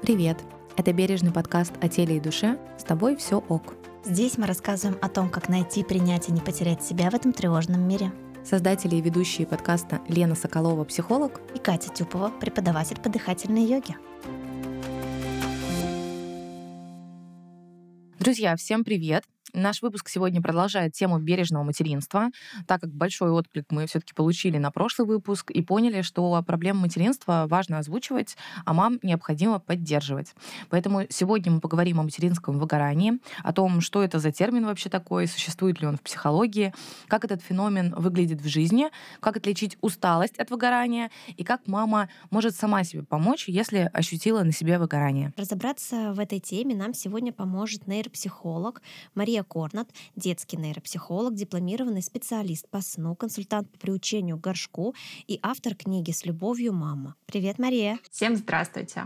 Привет! Это бережный подкаст о теле и душе. С тобой все ок. Здесь мы рассказываем о том, как найти, принять и не потерять себя в этом тревожном мире. Создатели и ведущие подкаста Лена Соколова, психолог, и Катя Тюпова, преподаватель по дыхательной йоге. Друзья, всем привет! Наш выпуск сегодня продолжает тему бережного материнства, так как большой отклик мы все-таки получили на прошлый выпуск и поняли, что проблему материнства важно озвучивать, а мам необходимо поддерживать. Поэтому сегодня мы поговорим о материнском выгорании, о том, что это за термин вообще такой, существует ли он в психологии, как этот феномен выглядит в жизни, как отличить усталость от выгорания и как мама может сама себе помочь, если ощутила на себе выгорание. Разобраться в этой теме нам сегодня поможет нейропсихолог Мария Корнат, детский нейропсихолог, дипломированный специалист по сну, консультант по приучению к горшку и автор книги «С любовью, мама». Привет, Мария! Всем здравствуйте!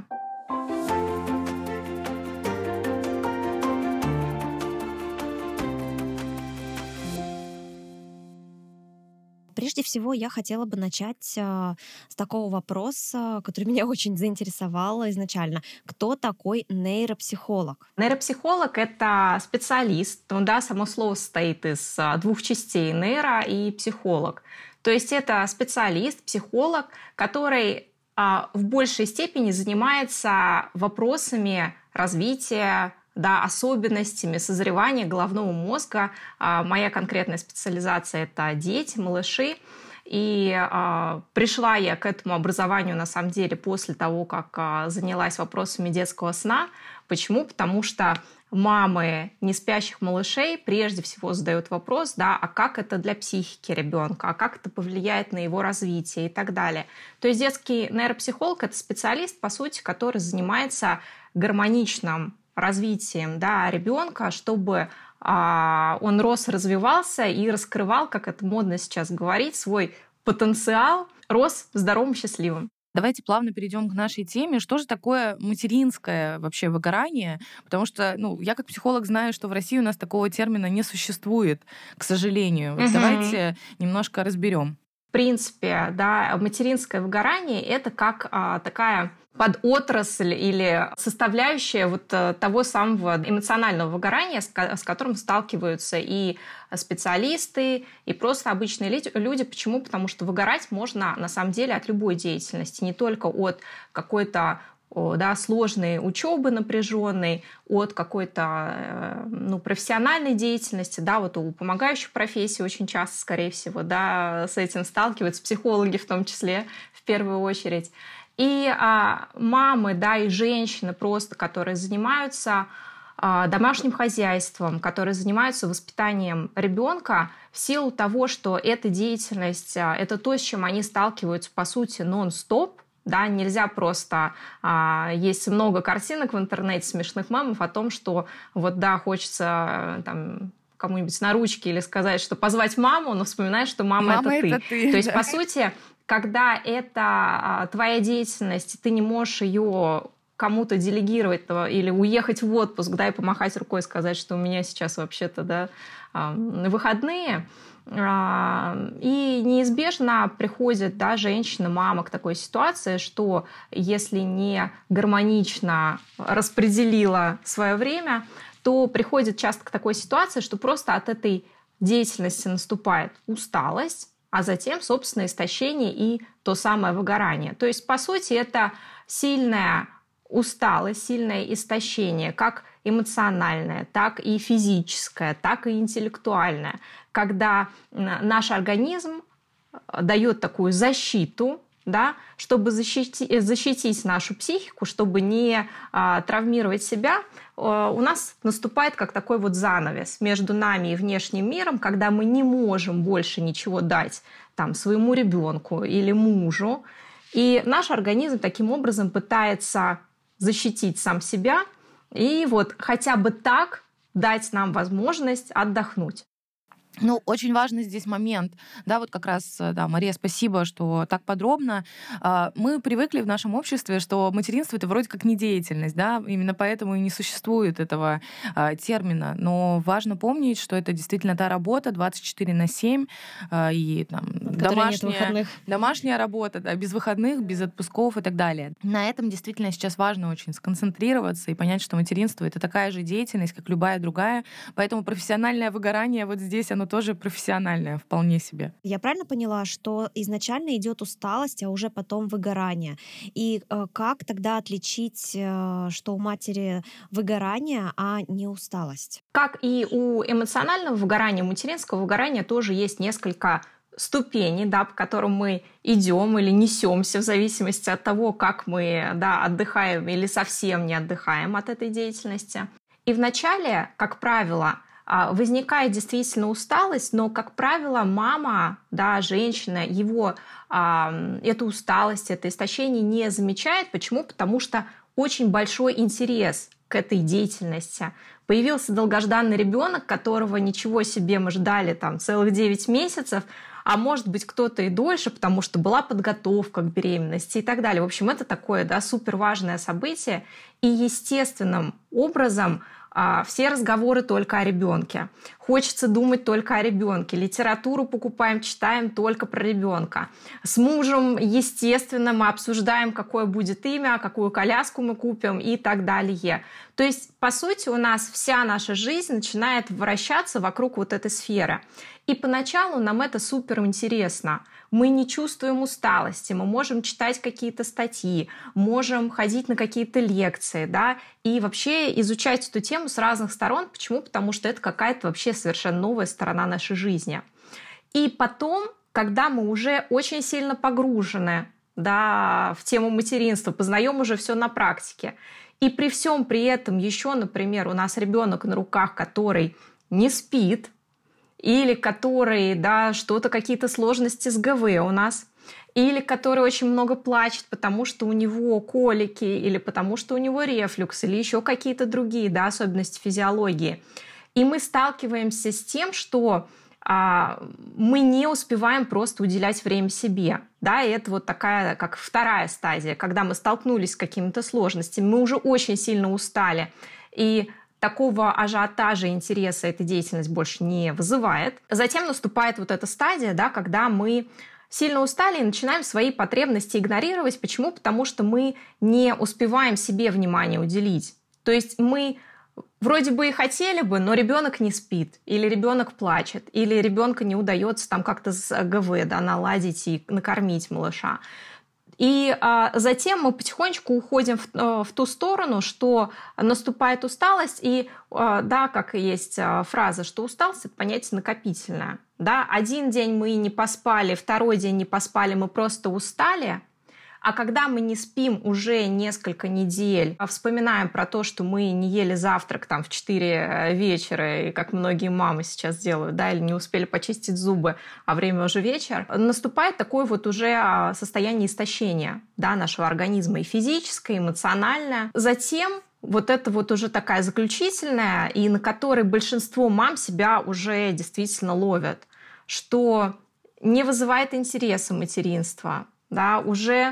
Прежде всего, я хотела бы начать с такого вопроса, который меня очень заинтересовал изначально. Кто такой нейропсихолог? Нейропсихолог — это специалист, само слово состоит из двух частей — нейро и психолог. То есть это специалист, психолог, который в большей степени занимается вопросами развития, особенностями созревания головного мозга. Моя конкретная специализация — это дети, малыши. И пришла я к этому образованию, на самом деле, после того, как занялась вопросами детского сна. Почему? Потому что мамы не спящих малышей прежде всего задают вопрос, а как это для психики ребенка, а как это повлияет на его развитие и так далее. То есть детский нейропсихолог — это специалист, по сути, который занимается гармоничным развитием ребенка, чтобы он рос, развивался и раскрывал, как это модно сейчас говорить, свой потенциал, рос здоровым, счастливым. Давайте плавно перейдем к нашей теме. Что же такое материнское вообще выгорание? Потому что, я как психолог знаю, что в России у нас такого термина не существует, к сожалению. Давайте немножко разберем. В принципе, материнское выгорание — это как такая подотрасль или составляющая того самого эмоционального выгорания, с которым сталкиваются и специалисты, и просто обычные люди. Почему? Потому что выгорать можно на самом деле от любой деятельности, не только от какой-то сложной учебы напряженной, от какой-то профессиональной деятельности. У помогающих профессий очень часто, скорее всего, с этим сталкиваются психологи в том числе, в первую очередь. И мамы, и женщины просто, которые занимаются домашним хозяйством, которые занимаются воспитанием ребенка, в силу того, что эта деятельность, это то, с чем они сталкиваются, по сути, нон-стоп. Нельзя просто... Есть много картинок в интернете смешных мемов о том, что хочется кому-нибудь на ручке или сказать, что позвать маму, но вспоминаешь, что мама это ты. То есть, по сути, когда это твоя деятельность, ты не можешь ее кому-то делегировать или уехать в отпуск, и помахать рукой и сказать, что у меня сейчас вообще-то выходные. И неизбежно приходит женщина, мама к такой ситуации, что если не гармонично распределила свое время, то приходит часто к такой ситуации, что просто от этой деятельности наступает усталость, а затем, собственно, истощение и то самое выгорание. То есть, по сути, это сильная усталость, сильное истощение, как эмоциональное, так и физическое, так и интеллектуальное, когда наш организм дает такую защиту, чтобы защитить нашу психику, чтобы не травмировать себя. У нас наступает как такой занавес между нами и внешним миром, когда мы не можем больше ничего дать своему ребенку или мужу. И наш организм таким образом пытается защитить сам себя и хотя бы так дать нам возможность отдохнуть. Ну, очень важный здесь момент, да, вот как раз, да, Мария, спасибо, что так подробно. Мы привыкли в нашем обществе, что материнство — это вроде как не деятельность, да, именно поэтому и не существует этого термина. Но важно помнить, что это действительно та работа 24/7, и там от которой нет выходных. домашняя работа, да, без выходных, без отпусков и так далее. На этом действительно сейчас важно очень сконцентрироваться и понять, что материнство — это такая же деятельность, как любая другая, поэтому профессиональное выгорание вот здесь, оно тоже профессиональное вполне себе. Я правильно поняла, что изначально идет усталость, а уже потом выгорание? И как тогда отличить, что у матери выгорание, а не усталость? Как и у эмоционального выгорания, у материнского выгорания тоже есть несколько ступеней, да, по которым мы идем или несемся в зависимости от того, как мы, да, отдыхаем или совсем не отдыхаем от этой деятельности. И вначале, как правило, возникает действительно усталость, но, как правило, мама, да, женщина, эту усталость, это истощение не замечает. Почему? Потому что очень большой интерес к этой деятельности. Появился долгожданный ребенок, которого ничего себе мы ждали там целых 9 месяцев, а может быть кто-то и дольше, потому что была подготовка к беременности и так далее. В общем, это такое, да, суперважное событие. И естественным образом все разговоры только о ребенке. Хочется думать только о ребенке. Литературу покупаем, читаем только про ребенка. С мужем, естественно, мы обсуждаем, какое будет имя, какую коляску мы купим и так далее. То есть, по сути, у нас вся наша жизнь начинает вращаться вокруг вот этой сферы. И поначалу нам это супер интересно. Мы не чувствуем усталости, мы можем читать какие-то статьи, можем ходить на какие-то лекции, да, и вообще изучать эту тему с разных сторон. Почему? Потому что это какая-то вообще совершенно новая сторона нашей жизни. И потом, когда мы уже очень сильно погружены, да, в тему материнства, познаем уже все на практике, и при всем при этом еще, например, у нас ребенок на руках, который не спит, или который, да, что-то, какие-то сложности с ГВ у нас, или который очень много плачет, потому что у него колики, или потому что у него рефлюкс, или еще какие-то другие, да, особенности физиологии. И мы сталкиваемся с тем, что мы не успеваем просто уделять время себе. Да, и это вот такая, как вторая стадия, когда мы столкнулись с какими-то сложностями, мы уже очень сильно устали, и такого ажиотажа и интереса эта деятельность больше не вызывает. Затем наступает вот эта стадия, да, когда мы сильно устали и начинаем свои потребности игнорировать. Почему? Потому что мы не успеваем себе внимание уделить. То есть мы вроде бы и хотели бы, но ребенок не спит, или ребенок плачет, или ребенка не удается там как-то с ГВ, да, наладить и накормить малыша. И затем мы потихонечку уходим в ту сторону, что наступает усталость, и да, как и есть фраза, что усталость — это понятие накопительное. Да? Один день мы не поспали, второй день не поспали, мы просто устали. А когда мы не спим уже несколько недель, вспоминаем про то, что мы не ели завтрак там в 4 вечера, и как многие мамы сейчас делают, да, или не успели почистить зубы, а время уже вечер, наступает такое вот уже состояние истощения, да, нашего организма, и физическое, и эмоциональное. Затем вот это вот уже такая заключительная, и на которой большинство мам себя уже действительно ловят, что не вызывает интереса материнства, да, уже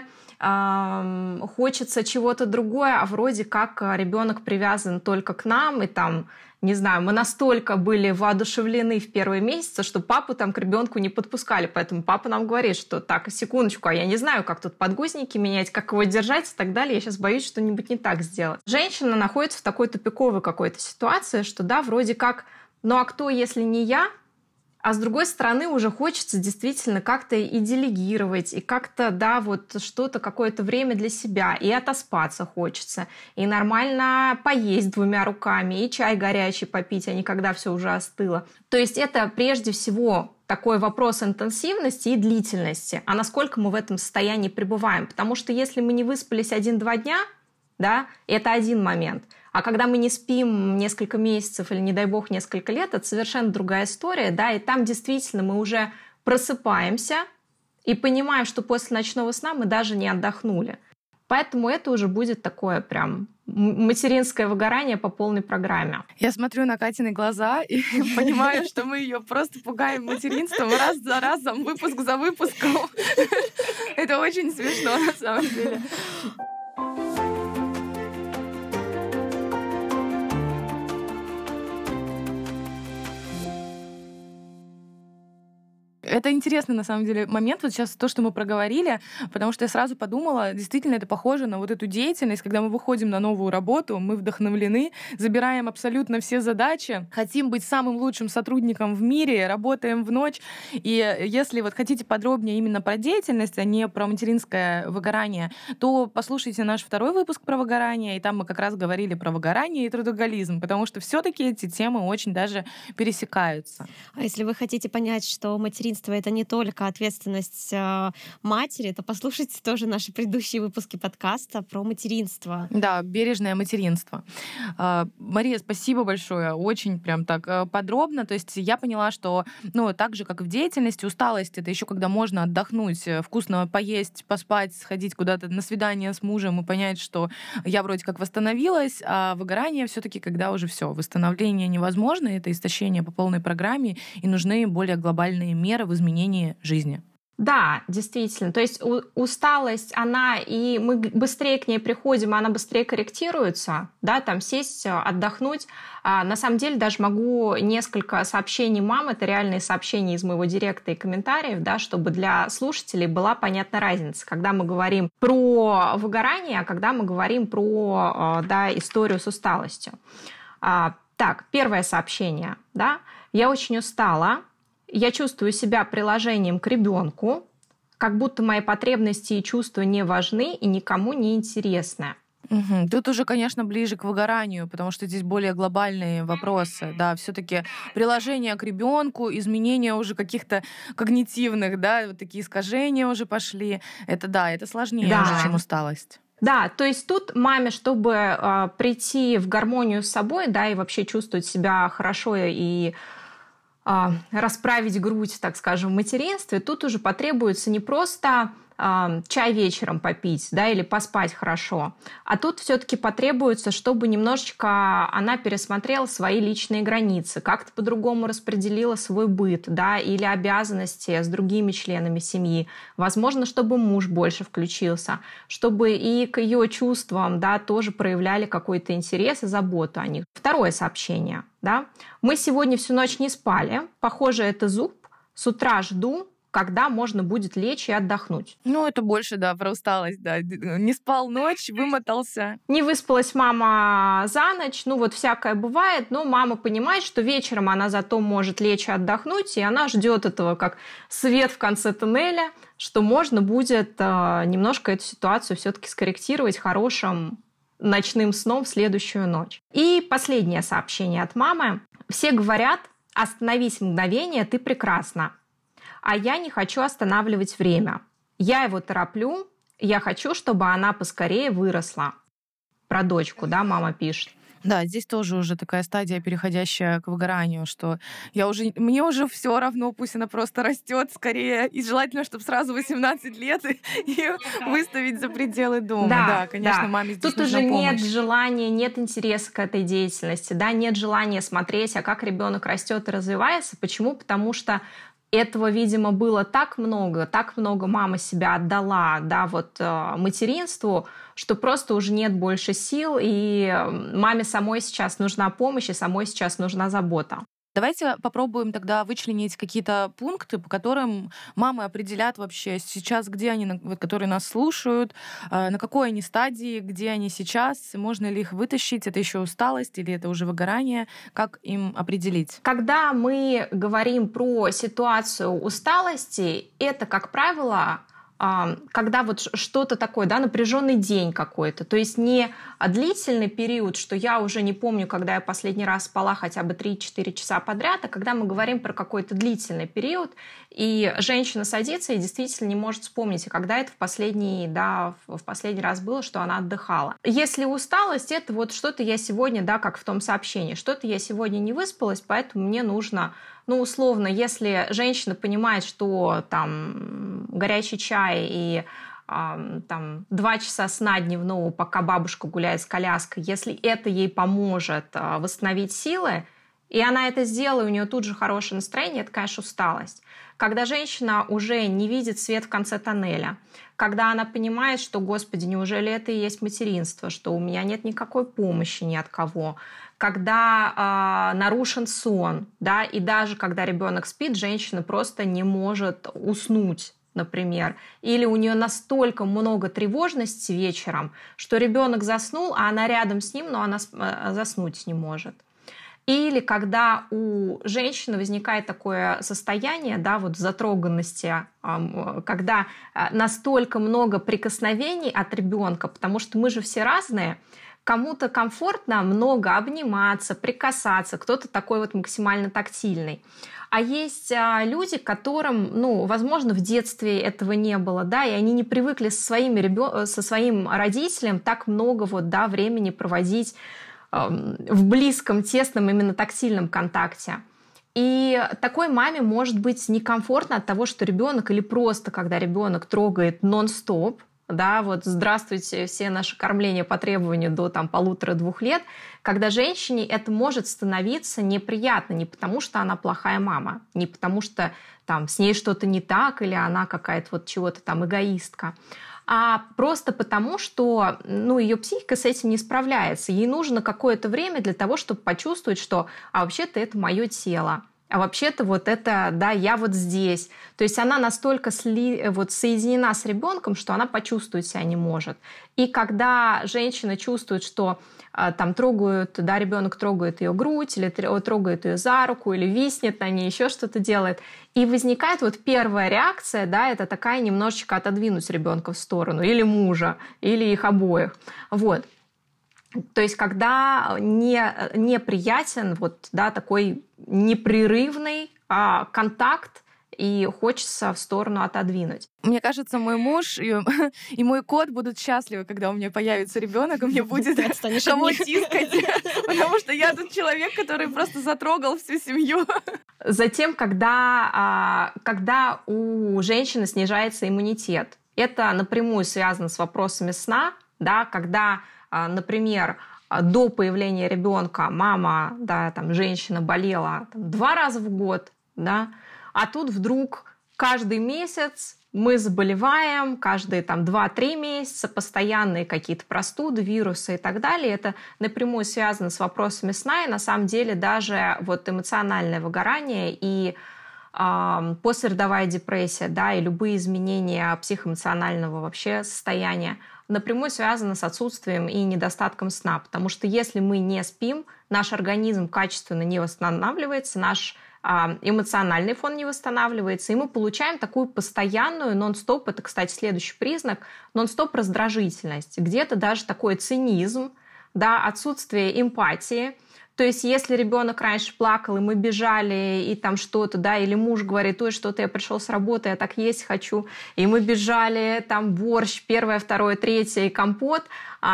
хочется чего-то другое, а вроде как ребенок привязан только к нам, и там, не знаю, мы настолько были воодушевлены в первые месяцы, что папу там к ребенку не подпускали, поэтому папа нам говорит, что так, секундочку, а я не знаю, как тут подгузники менять, как его держать и так далее, я сейчас боюсь что-нибудь не так сделать. Женщина находится в такой тупиковой какой-то ситуации, что да, вроде как, ну а кто, если не я? А с другой стороны, уже хочется действительно как-то и делегировать, и как-то, да, вот что-то, какое-то время для себя, и отоспаться хочется, и нормально поесть 2 руками, и чай горячий попить, а не когда все уже остыло. То есть это прежде всего такой вопрос интенсивности и длительности, а насколько мы в этом состоянии пребываем. Потому что если мы не выспались 1-2 дня, да, это один момент. А когда мы не спим несколько месяцев или, не дай бог, несколько лет, это совершенно другая история, да, и там действительно мы уже просыпаемся и понимаем, что после ночного сна мы даже не отдохнули. Поэтому это уже будет такое прям материнское выгорание по полной программе. Я смотрю на Катины глаза и понимаю, что мы ее просто пугаем материнством раз за разом, выпуск за выпуском. Это очень смешно на самом деле. Это интересный, на самом деле, момент, вот сейчас то, что мы проговорили, потому что я сразу подумала, действительно, это похоже на вот эту деятельность, когда мы выходим на новую работу, мы вдохновлены, забираем абсолютно все задачи, хотим быть самым лучшим сотрудником в мире, работаем в ночь. И если вот хотите подробнее именно про деятельность, а не про материнское выгорание, то послушайте наш второй выпуск про выгорание, и там мы как раз говорили про выгорание и трудоголизм, потому что все-таки эти темы очень даже пересекаются. А если вы хотите понять, что материнство — это не только ответственность матери, то послушайте тоже наши предыдущие выпуски подкаста про материнство. Да, бережное материнство. Мария, спасибо большое. Очень прям так подробно. То есть я поняла, что так же, как и в деятельности, усталость — это еще когда можно отдохнуть, вкусно поесть, поспать, сходить куда-то на свидание с мужем и понять, что я вроде как восстановилась, а выгорание все-таки, когда уже все, восстановление невозможно, это истощение по полной программе, и нужны более глобальные меры в изменении жизни. Да, действительно. То есть усталость, она, и мы быстрее к ней приходим, она быстрее корректируется, да, там сесть, отдохнуть. На самом деле даже могу несколько сообщений мам, это реальные сообщения из моего директа и комментариев, да, чтобы для слушателей была понятна разница, когда мы говорим про выгорание, а когда мы говорим про, историю с усталостью. Так, первое сообщение, да, я очень устала, я чувствую себя приложением к ребенку, как будто мои потребности и чувства не важны и никому не интересны. Угу. Тут уже, конечно, ближе к выгоранию, потому что здесь более глобальные вопросы. Да, все-таки приложение к ребенку, изменения уже каких-то когнитивных, да, вот такие искажения уже пошли. Это сложнее уже, чем усталость. Да, то есть тут маме, чтобы прийти в гармонию с собой, да, и вообще чувствовать себя хорошо и расправить грудь, так скажем, в материнстве, тут уже потребуется не просто чай вечером попить, да, или поспать хорошо, а тут все-таки потребуется, чтобы немножечко она пересмотрела свои личные границы, как-то по-другому распределила свой быт, да, или обязанности с другими членами семьи. Возможно, чтобы муж больше включился, чтобы и к ее чувствам, да, тоже проявляли какой-то интерес и заботу о них. Второе сообщение, да. Мы сегодня всю ночь не спали, похоже, это зуб, с утра жду, когда можно будет лечь и отдохнуть. Это больше, да, про усталость, да. Не спал ночь, вымотался. Не выспалась мама за ночь, всякое бывает, но мама понимает, что вечером она зато может лечь и отдохнуть, и она ждет этого как свет в конце туннеля, что можно будет немножко эту ситуацию все-таки скорректировать хорошим ночным сном в следующую ночь. И последнее сообщение от мамы. Все говорят: остановись мгновение, ты прекрасна. А я не хочу останавливать время. Я его тороплю, я хочу, чтобы она поскорее выросла. Про дочку, да, мама пишет. Да, здесь тоже уже такая стадия, переходящая к выгоранию, что мне уже все равно, пусть она просто растет скорее, и желательно, чтобы сразу 18 лет и выставить за пределы дома. Да, конечно, маме здесь тут нужна уже помощь. Нет желания, нет интереса к этой деятельности, да, нет желания смотреть, а как ребенок растет и развивается. Почему? Потому что этого, видимо, было так много мама себя отдала, да, материнству, что просто уже нет больше сил, и маме самой сейчас нужна помощь, и самой сейчас нужна забота. Давайте попробуем тогда вычленить какие-то пункты, по которым мамы определят вообще сейчас, где они, которые нас слушают, на какой они стадии, где они сейчас, можно ли их вытащить, это еще усталость или это уже выгорание, как им определить? Когда мы говорим про ситуацию усталости, это, как правило, когда что-то такое, да, напряженный день какой-то, то есть не длительный период, что я уже не помню, когда я последний раз спала хотя бы 3-4 часа подряд, а когда мы говорим про какой-то длительный период, и женщина садится и действительно не может вспомнить, когда это в последний раз было, что она отдыхала. Если усталость, это что-то я сегодня, да, как в том сообщении, что-то я сегодня не выспалась, поэтому мне нужно, условно, если женщина понимает, что там горячий чай и там 2 часа сна дневного, пока бабушка гуляет с коляской, если это ей поможет восстановить силы, и она это сделала, и у нее тут же хорошее настроение, это, конечно, усталость. Когда женщина уже не видит свет в конце тоннеля, когда она понимает, что, Господи, неужели это и есть материнство, что у меня нет никакой помощи ни от кого, когда нарушен сон, да, и даже когда ребенок спит, женщина просто не может уснуть, например, или у нее настолько много тревожности вечером, что ребенок заснул, а она рядом с ним, но она заснуть не может. Или когда у женщины возникает такое состояние, да, вот затроганности, когда настолько много прикосновений от ребенка, потому что мы же все разные, кому-то комфортно много обниматься, прикасаться, кто-то такой вот максимально тактильный. А есть люди, которым, возможно, в детстве этого не было, да, и они не привыкли со своим родителем так много времени проводить в близком, тесном, именно тактильном контакте. И такой маме может быть некомфортно от того, что ребенок или просто когда ребенок трогает нон-стоп, да, вот здравствуйте, все наши кормления по требованию до 1,5-2 лет, когда женщине это может становиться неприятно, не потому что она плохая мама, не потому что там с ней что-то не так или она какая-то вот чего-то там эгоистка, а просто потому, что ее психика с этим не справляется. Ей нужно какое-то время для того, чтобы почувствовать, что вообще-то это мое тело, а вообще-то вот это, да, я вот здесь. То есть она настолько соединена с ребенком, что она почувствовать себя не может. И когда женщина чувствует, что там ребенок трогает ее грудь, или трогает ее за руку, или виснет на ней, еще что-то делает, и возникает первая реакция, да, это такая немножечко отодвинуть ребенка в сторону, или мужа, или их обоих. Вот. То есть когда неприятен такой непрерывный контакт, и хочется в сторону отодвинуть. Мне кажется, мой муж и мой кот будут счастливы, когда у меня появится ребенок, и мне будет кого тискать, потому что я тут человек, который просто затрогал всю семью. Затем, когда у женщины снижается иммунитет, это напрямую связано с вопросами сна, да, когда, например, до появления ребенка мама, да, женщина болела 2 раза в год, да, а тут вдруг каждый месяц мы заболеваем, каждые 2-3 месяца, постоянные какие-то простуды, вирусы и так далее. Это напрямую связано с вопросами сна, и на самом деле даже эмоциональное выгорание и послеродовая депрессия, да, и любые изменения психоэмоционального вообще состояния напрямую связаны с отсутствием и недостатком сна. Потому что если мы не спим, наш организм качественно не восстанавливается, наш эмоциональный фон не восстанавливается, и мы получаем такую постоянную нон-стоп, это, кстати, следующий признак, нон-стоп раздражительность, где-то даже такой цинизм, да, отсутствие эмпатии. То есть если ребенок раньше плакал, и мы бежали, и там что-то, да, или муж говорит, ой, что-то я пришел с работы, я так есть хочу, и мы бежали, там борщ, 1, 2, 3 и компот,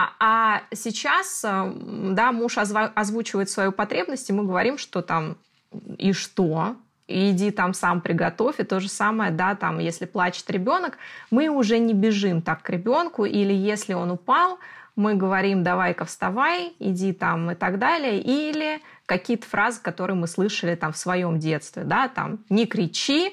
а сейчас, да, муж озвучивает свою потребность, и мы говорим, что там и что? Иди сам приготовь. И то же самое, да, если плачет ребенок, мы уже не бежим так к ребенку, или если он упал, мы говорим, давай-ка вставай, иди и так далее. Или какие-то фразы, которые мы слышали в своем детстве, да, не кричи,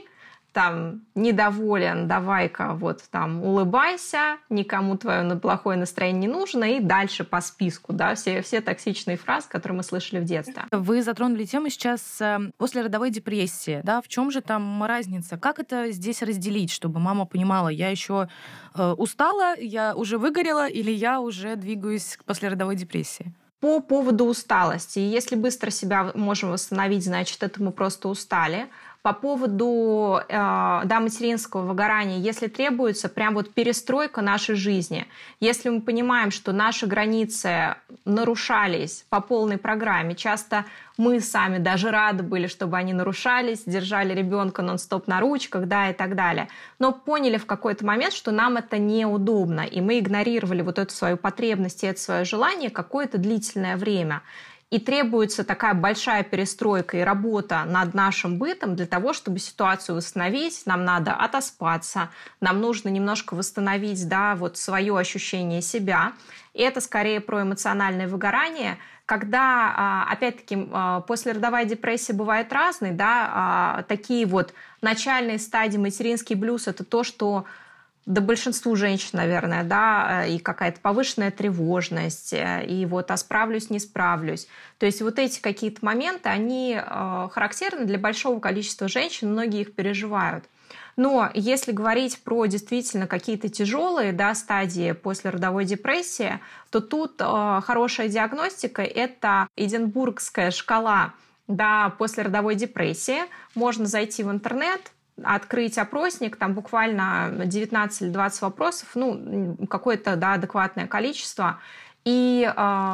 недоволен, давай-ка улыбайся, никому твое плохое настроение не нужно, и дальше по списку, да, все токсичные фразы, которые мы слышали в детстве. Вы затронули тему сейчас послеродовой депрессии, да, в чем же там разница? Как это здесь разделить, чтобы мама понимала, я еще устала, я уже выгорела, или я уже двигаюсь к послеродовой депрессии? По поводу усталости, если быстро себя можем восстановить, значит, это мы просто устали. По поводу материнского выгорания, если требуется прям перестройка нашей жизни, если мы понимаем, что наши границы нарушались по полной программе, часто мы сами даже рады были, чтобы они нарушались, держали ребенка нон-стоп на ручках, да, и так далее, но поняли в какой-то момент, что нам это неудобно, и мы игнорировали эту свою потребность и это свое желание какое-то длительное время. и требуется такая большая перестройка и работа над нашим бытом для того, чтобы ситуацию восстановить. Нам надо отоспаться, нам нужно немножко восстановить, да, вот свое ощущение себя. И это скорее про эмоциональное выгорание, когда, опять-таки, послеродовая депрессия бывает разной, да, такие вот начальные стадии материнский блюз – это то, что да большинству женщин, наверное, да, и какая-то повышенная тревожность, и вот справлюсь, не справлюсь. То есть вот эти какие-то моменты, они характерны для большого количества женщин, многие их переживают. Но если говорить про действительно какие-то тяжелые, да, стадии послеродовой депрессии, то тут хорошая диагностика – это Эдинбургская шкала, да, послеродовой депрессии. Можно зайти в интернет, открыть опросник, там буквально 19 или 20 вопросов, ну, какое-то, да, адекватное количество, и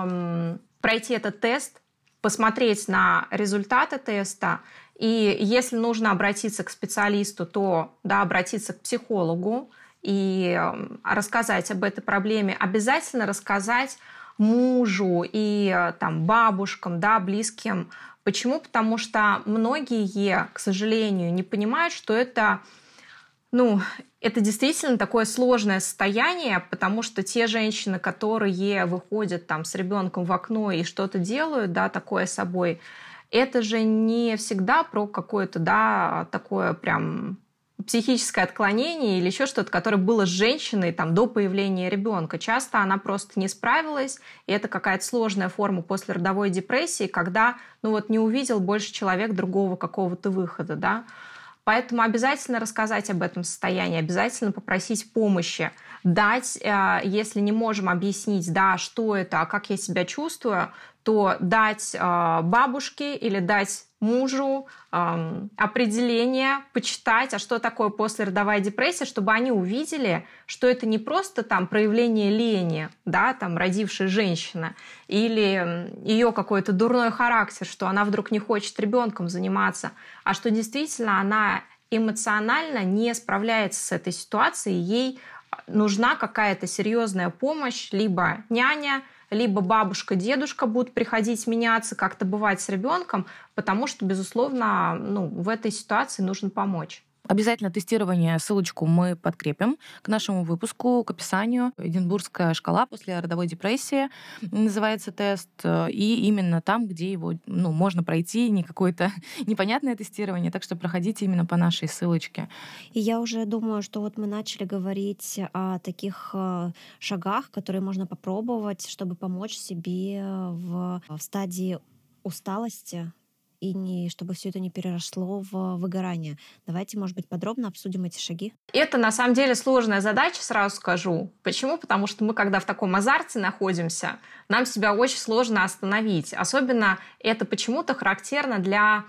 пройти этот тест, посмотреть на результаты теста, и если нужно обратиться к специалисту, то, да, обратиться к психологу и рассказать об этой проблеме, обязательно рассказать мужу и там, бабушкам, да, близким. Почему? Потому что многие, к сожалению, не понимают, что это, ну, это действительно такое сложное состояние, потому что те женщины, которые выходят там с ребенком в окно и что-то делают, да, такое с собой, это же не всегда про какое-то, да, такое прям психическое отклонение или еще что-то, которое было с женщиной там, до появления ребенка. Часто она просто не справилась, и это какая-то сложная форма послеродовой депрессии, когда, ну вот, не увидел больше человек другого какого-то выхода, да. Поэтому обязательно рассказать об этом состоянии, обязательно попросить помощи, дать, если не можем объяснить, да, что это, а как я себя чувствую, то дать бабушке или дать мужу определение, почитать, а что такое послеродовая депрессия, чтобы они увидели, что это не просто там проявление лени, да, там родившей женщины, или ее какой-то дурной характер, что она вдруг не хочет ребенком заниматься, а что действительно она эмоционально не справляется с этой ситуацией, ей нужна какая-то серьезная помощь, либо няня, либо бабушка, дедушка будут приходить меняться, как-то бывать с ребенком, потому что, безусловно, ну, в этой ситуации нужно помочь. Обязательно тестирование, ссылочку мы подкрепим к нашему выпуску, к описанию. Эдинбургская шкала после родовой депрессии называется тест. И именно там, где его, ну, можно пройти, не какое-то непонятное тестирование. Так что проходите именно по нашей ссылочке. И я уже думаю, что вот мы начали говорить о таких шагах, которые можно попробовать, чтобы помочь себе в стадии усталости, и чтобы все это не переросло в выгорание. Давайте, может быть, подробно обсудим эти шаги. Это, на самом деле, сложная задача, сразу скажу. Почему? Потому что мы, когда в таком азарте находимся, нам себя очень сложно остановить. Особенно это почему-то характерно для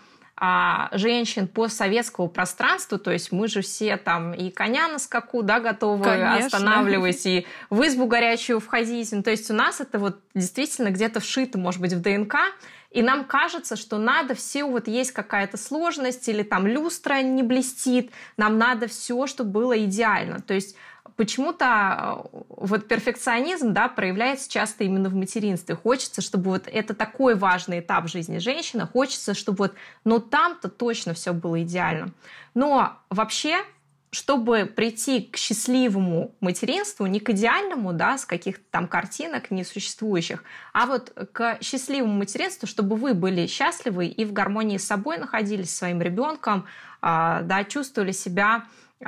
женщин постсоветского пространства, то есть мы же все там и коня на скаку, да, готовы останавливать, и в избу горячую входить. Ну, то есть у нас это вот действительно где-то вшито, может быть, в ДНК, и нам кажется, что надо все, вот есть какая-то сложность, или там люстра не блестит, нам надо все, чтобы было идеально. То есть почему-то вот перфекционизм, да, проявляется часто именно в материнстве. Хочется, чтобы вот это такой важный этап в жизни женщины, хочется, чтобы вот, ну там-то точно все было идеально. Но вообще, чтобы прийти к счастливому материнству, не к идеальному, да, с каких-то там картинок несуществующих, а вот к счастливому материнству, чтобы вы были счастливы и в гармонии с собой находились, со своим ребенком, да, чувствовали себя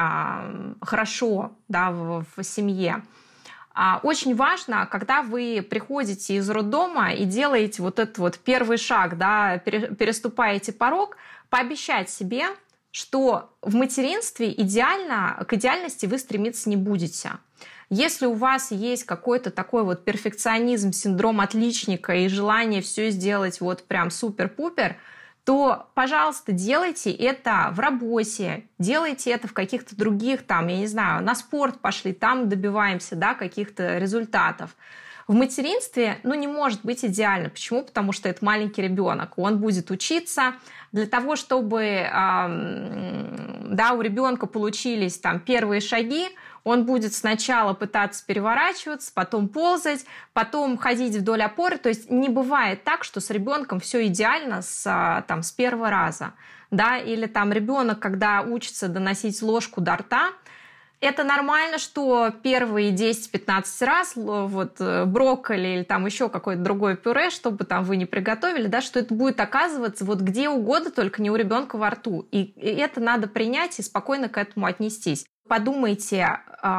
хорошо, да, в семье. Очень важно, когда вы приходите из роддома и делаете вот этот вот первый шаг, да, переступаете порог, пообещать себе, что в материнстве к идеальности вы стремиться не будете. Если у вас есть какой-то такой вот перфекционизм, синдром отличника и желание все сделать вот прям супер-пупер, то, пожалуйста, делайте это в работе, делайте это в каких-то других, там, я не знаю, на спорт пошли, там добиваемся, да, каких-то результатов. В материнстве, ну, не может быть идеально. Почему? Потому что это маленький ребенок, он будет учиться. Для того, чтобы, да, у ребенка получились там первые шаги, Он будет сначала пытаться переворачиваться, потом ползать, потом ходить вдоль опоры. То есть не бывает так, что с ребенком все идеально с первого раза. Да? Или там ребенок, когда учится доносить ложку до рта, это нормально, что первые 10-15 раз вот брокколи или там еще какое-то другое пюре, чтобы там вы не приготовили, да, что это будет оказываться вот где угодно, только не у ребенка во рту. И это надо принять и спокойно к этому отнестись. Подумайте,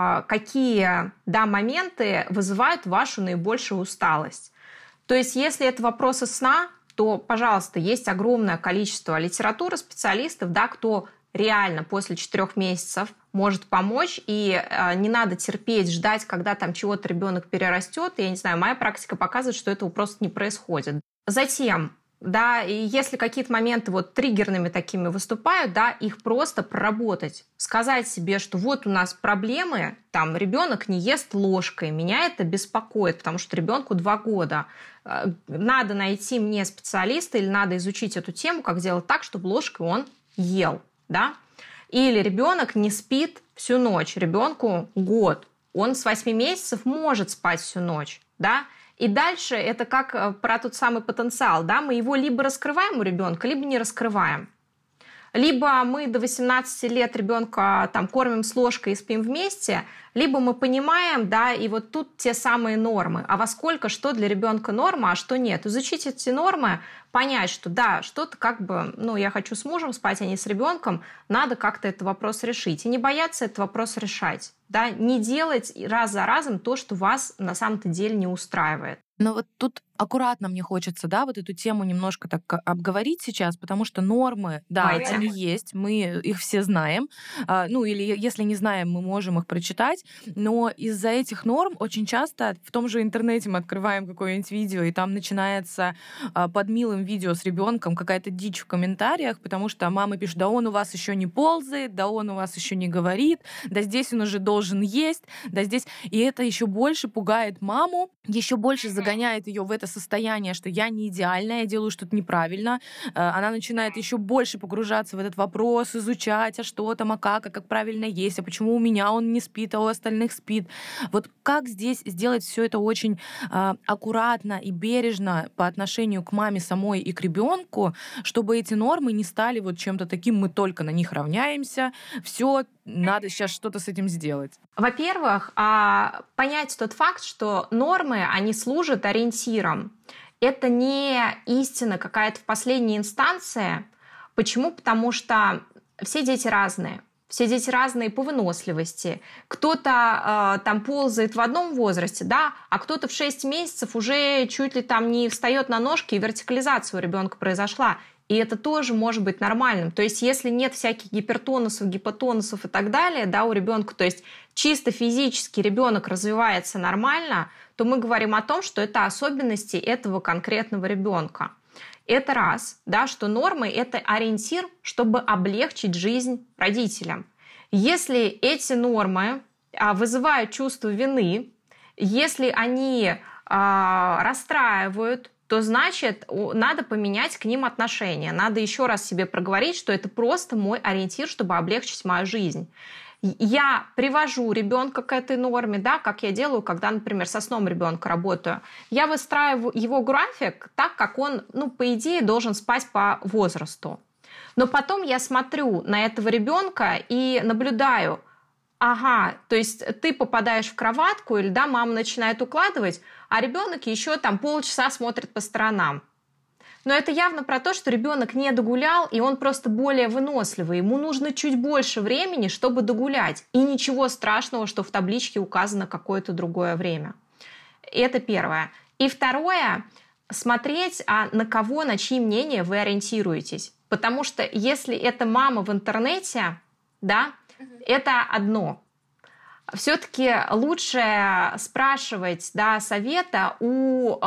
какие моменты вызывают вашу наибольшую усталость. То есть если это вопросы сна, то, пожалуйста, есть огромное количество литературы, специалистов, да, кто реально после 4 месяцев может помочь, и не надо терпеть, ждать, когда там чего-то ребенок перерастет. Я не знаю, моя практика показывает, что этого просто не происходит. Затем, да, и если какие-то моменты вот триггерными такими выступают, да, их просто проработать. Сказать себе, что вот у нас проблемы, там ребенок не ест ложкой, меня это беспокоит, потому что ребенку 2 года. Надо найти мне специалиста или надо изучить эту тему, как сделать так, чтобы ложкой он ел, да. Или ребенок не спит всю ночь, ребенку год, он с 8 месяцев может спать всю ночь, да. И дальше это как про тот самый потенциал, да, мы его либо раскрываем у ребенка, либо не раскрываем. Либо мы до 18 лет ребенка там кормим с ложкой и спим вместе, либо мы понимаем, да, и вот тут те самые нормы. А во сколько, что для ребенка норма, а что нет. Изучить эти нормы, понять, что да, что-то как бы, я хочу с мужем спать, а не с ребенком, надо как-то этот вопрос решить. И не бояться этот вопрос решать. Да, не делать раз за разом то, что вас на самом-то деле не устраивает. Но вот тут аккуратно мне хочется, да, вот эту тему немножко так обговорить сейчас, потому что нормы, да, Давайте. они есть, мы их все знаем, или если не знаем, мы можем их прочитать, но из-за этих норм очень часто в том же интернете мы открываем какое-нибудь видео, и там начинается под милым видео с ребенком какая-то дичь в комментариях, потому что мамы пишут, да он у вас еще не ползает, да он у вас еще не говорит, да здесь он уже должен есть, да здесь... И это еще больше пугает маму, еще больше загоняет ее в это состояние, что я не идеальная, я делаю что-то неправильно. Она начинает еще больше погружаться в этот вопрос, изучать, а что там, а как правильно есть, а почему у меня он не спит, а у остальных спит. Вот как здесь сделать все это очень аккуратно и бережно по отношению к маме самой и к ребенку, чтобы эти нормы не стали вот чем-то таким, мы только на них равняемся, все, надо сейчас что-то с этим сделать. Во-первых, понять тот факт, что нормы, они служат ориентиром. Это не истина какая-то в последней инстанции. Почему? Потому что все дети разные. Все дети разные по выносливости. Кто-то там ползает в одном возрасте, да, а кто-то в 6 месяцев уже чуть ли там не встает на ножки, и вертикализация у ребенка произошла. И это тоже может быть нормальным. То есть если нет всяких гипертонусов, гипотонусов и так далее, да, у ребенка, то есть чисто физически ребенок развивается нормально, то мы говорим о том, что это особенности этого конкретного ребенка. Это раз, да, что нормы – это ориентир, чтобы облегчить жизнь родителям. Если эти нормы вызывают чувство вины, если они расстраивают, то значит, надо поменять к ним отношения. Надо еще раз себе проговорить, что это просто мой ориентир, чтобы облегчить мою жизнь. Я привожу ребенка к этой норме, да, как я делаю, когда, например, со сном ребенка работаю. Я выстраиваю его график так, как он, по идее, должен спать по возрасту. Но потом я смотрю на этого ребенка и наблюдаю, то есть ты попадаешь в кроватку, или да, мама начинает укладывать, а ребенок еще там полчаса смотрит по сторонам. Но это явно про то, что ребенок не догулял, и он просто более выносливый. Ему нужно чуть больше времени, чтобы догулять. И ничего страшного, что в табличке указано какое-то другое время. Это первое. И второе, смотреть, на кого, на чьи мнения вы ориентируетесь. Потому что если это мама в интернете, да, это одно. Все-таки лучше спрашивать, да, совета у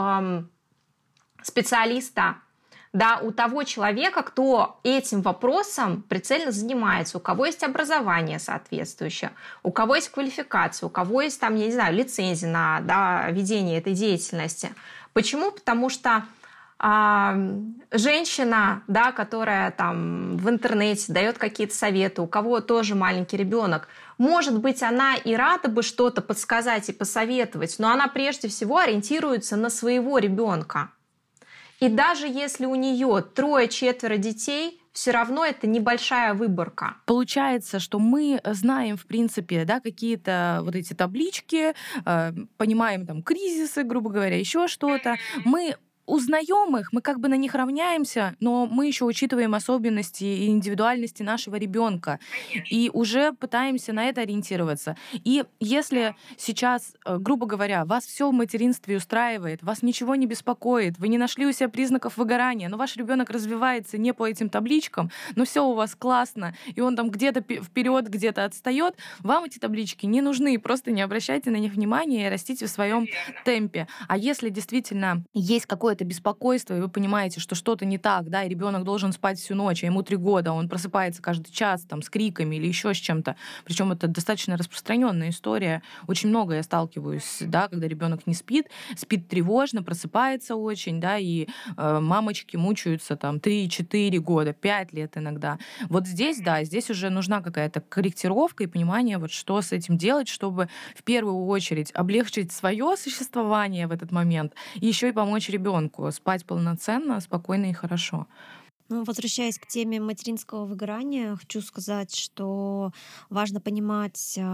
специалиста, да, у того человека, кто этим вопросом прицельно занимается, у кого есть образование соответствующее, у кого есть квалификация, у кого есть там, я не знаю, лицензия на, да, ведение этой деятельности. Почему? Потому что женщина, да, которая там в интернете дает какие-то советы, у кого тоже маленький ребенок, может быть, она и рада бы что-то подсказать и посоветовать, но она прежде всего ориентируется на своего ребенка. И даже если у нее 3-4 детей, все равно это небольшая выборка. Получается, что мы знаем, в принципе, да, какие-то вот эти таблички, понимаем там кризисы, грубо говоря, еще что-то. Мы узнаем их, мы как бы на них равняемся, но мы еще учитываем особенности и индивидуальности нашего ребенка и уже пытаемся на это ориентироваться. И если сейчас, грубо говоря, вас все в материнстве устраивает, вас ничего не беспокоит, вы не нашли у себя признаков выгорания, но ваш ребенок развивается не по этим табличкам, но все у вас классно, и он там где-то вперед, где-то отстает, вам эти таблички не нужны, просто не обращайте на них внимания и растите в своем темпе. А если действительно есть какое-то беспокойство, и вы понимаете, что что-то не так, да, и ребенок должен спать всю ночь, а ему 3 года, он просыпается каждый час там, с криками или еще с чем-то. Причем это достаточно распространенная история. Очень много я сталкиваюсь, да, когда ребенок не спит тревожно, просыпается очень, да, и мамочки мучаются там 3-4 года, 5 лет иногда. Вот здесь, да, здесь уже нужна какая-то корректировка и понимание, вот что с этим делать, чтобы в первую очередь облегчить свое существование в этот момент и еще и помочь ребенку спать полноценно, спокойно и хорошо. Ну, возвращаясь к теме материнского выгорания, хочу сказать, что важно понимать,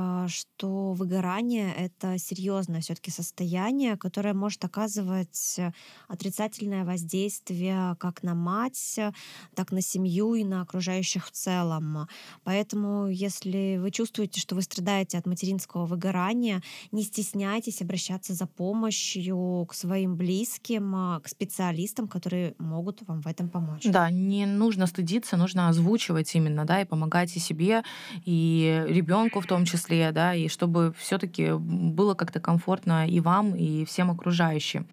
что выгорание — это серьезное все-таки состояние, которое может оказывать отрицательное воздействие как на мать, так на семью и на окружающих в целом. Поэтому, если вы чувствуете, что вы страдаете от материнского выгорания, не стесняйтесь обращаться за помощью к своим близким, к специалистам, которые могут вам в этом помочь. Да, не нужно стыдиться, нужно озвучивать именно, да, и помогать и себе, и ребенку в том числе, да, и чтобы все-таки было как-то комфортно и вам, и всем окружающим.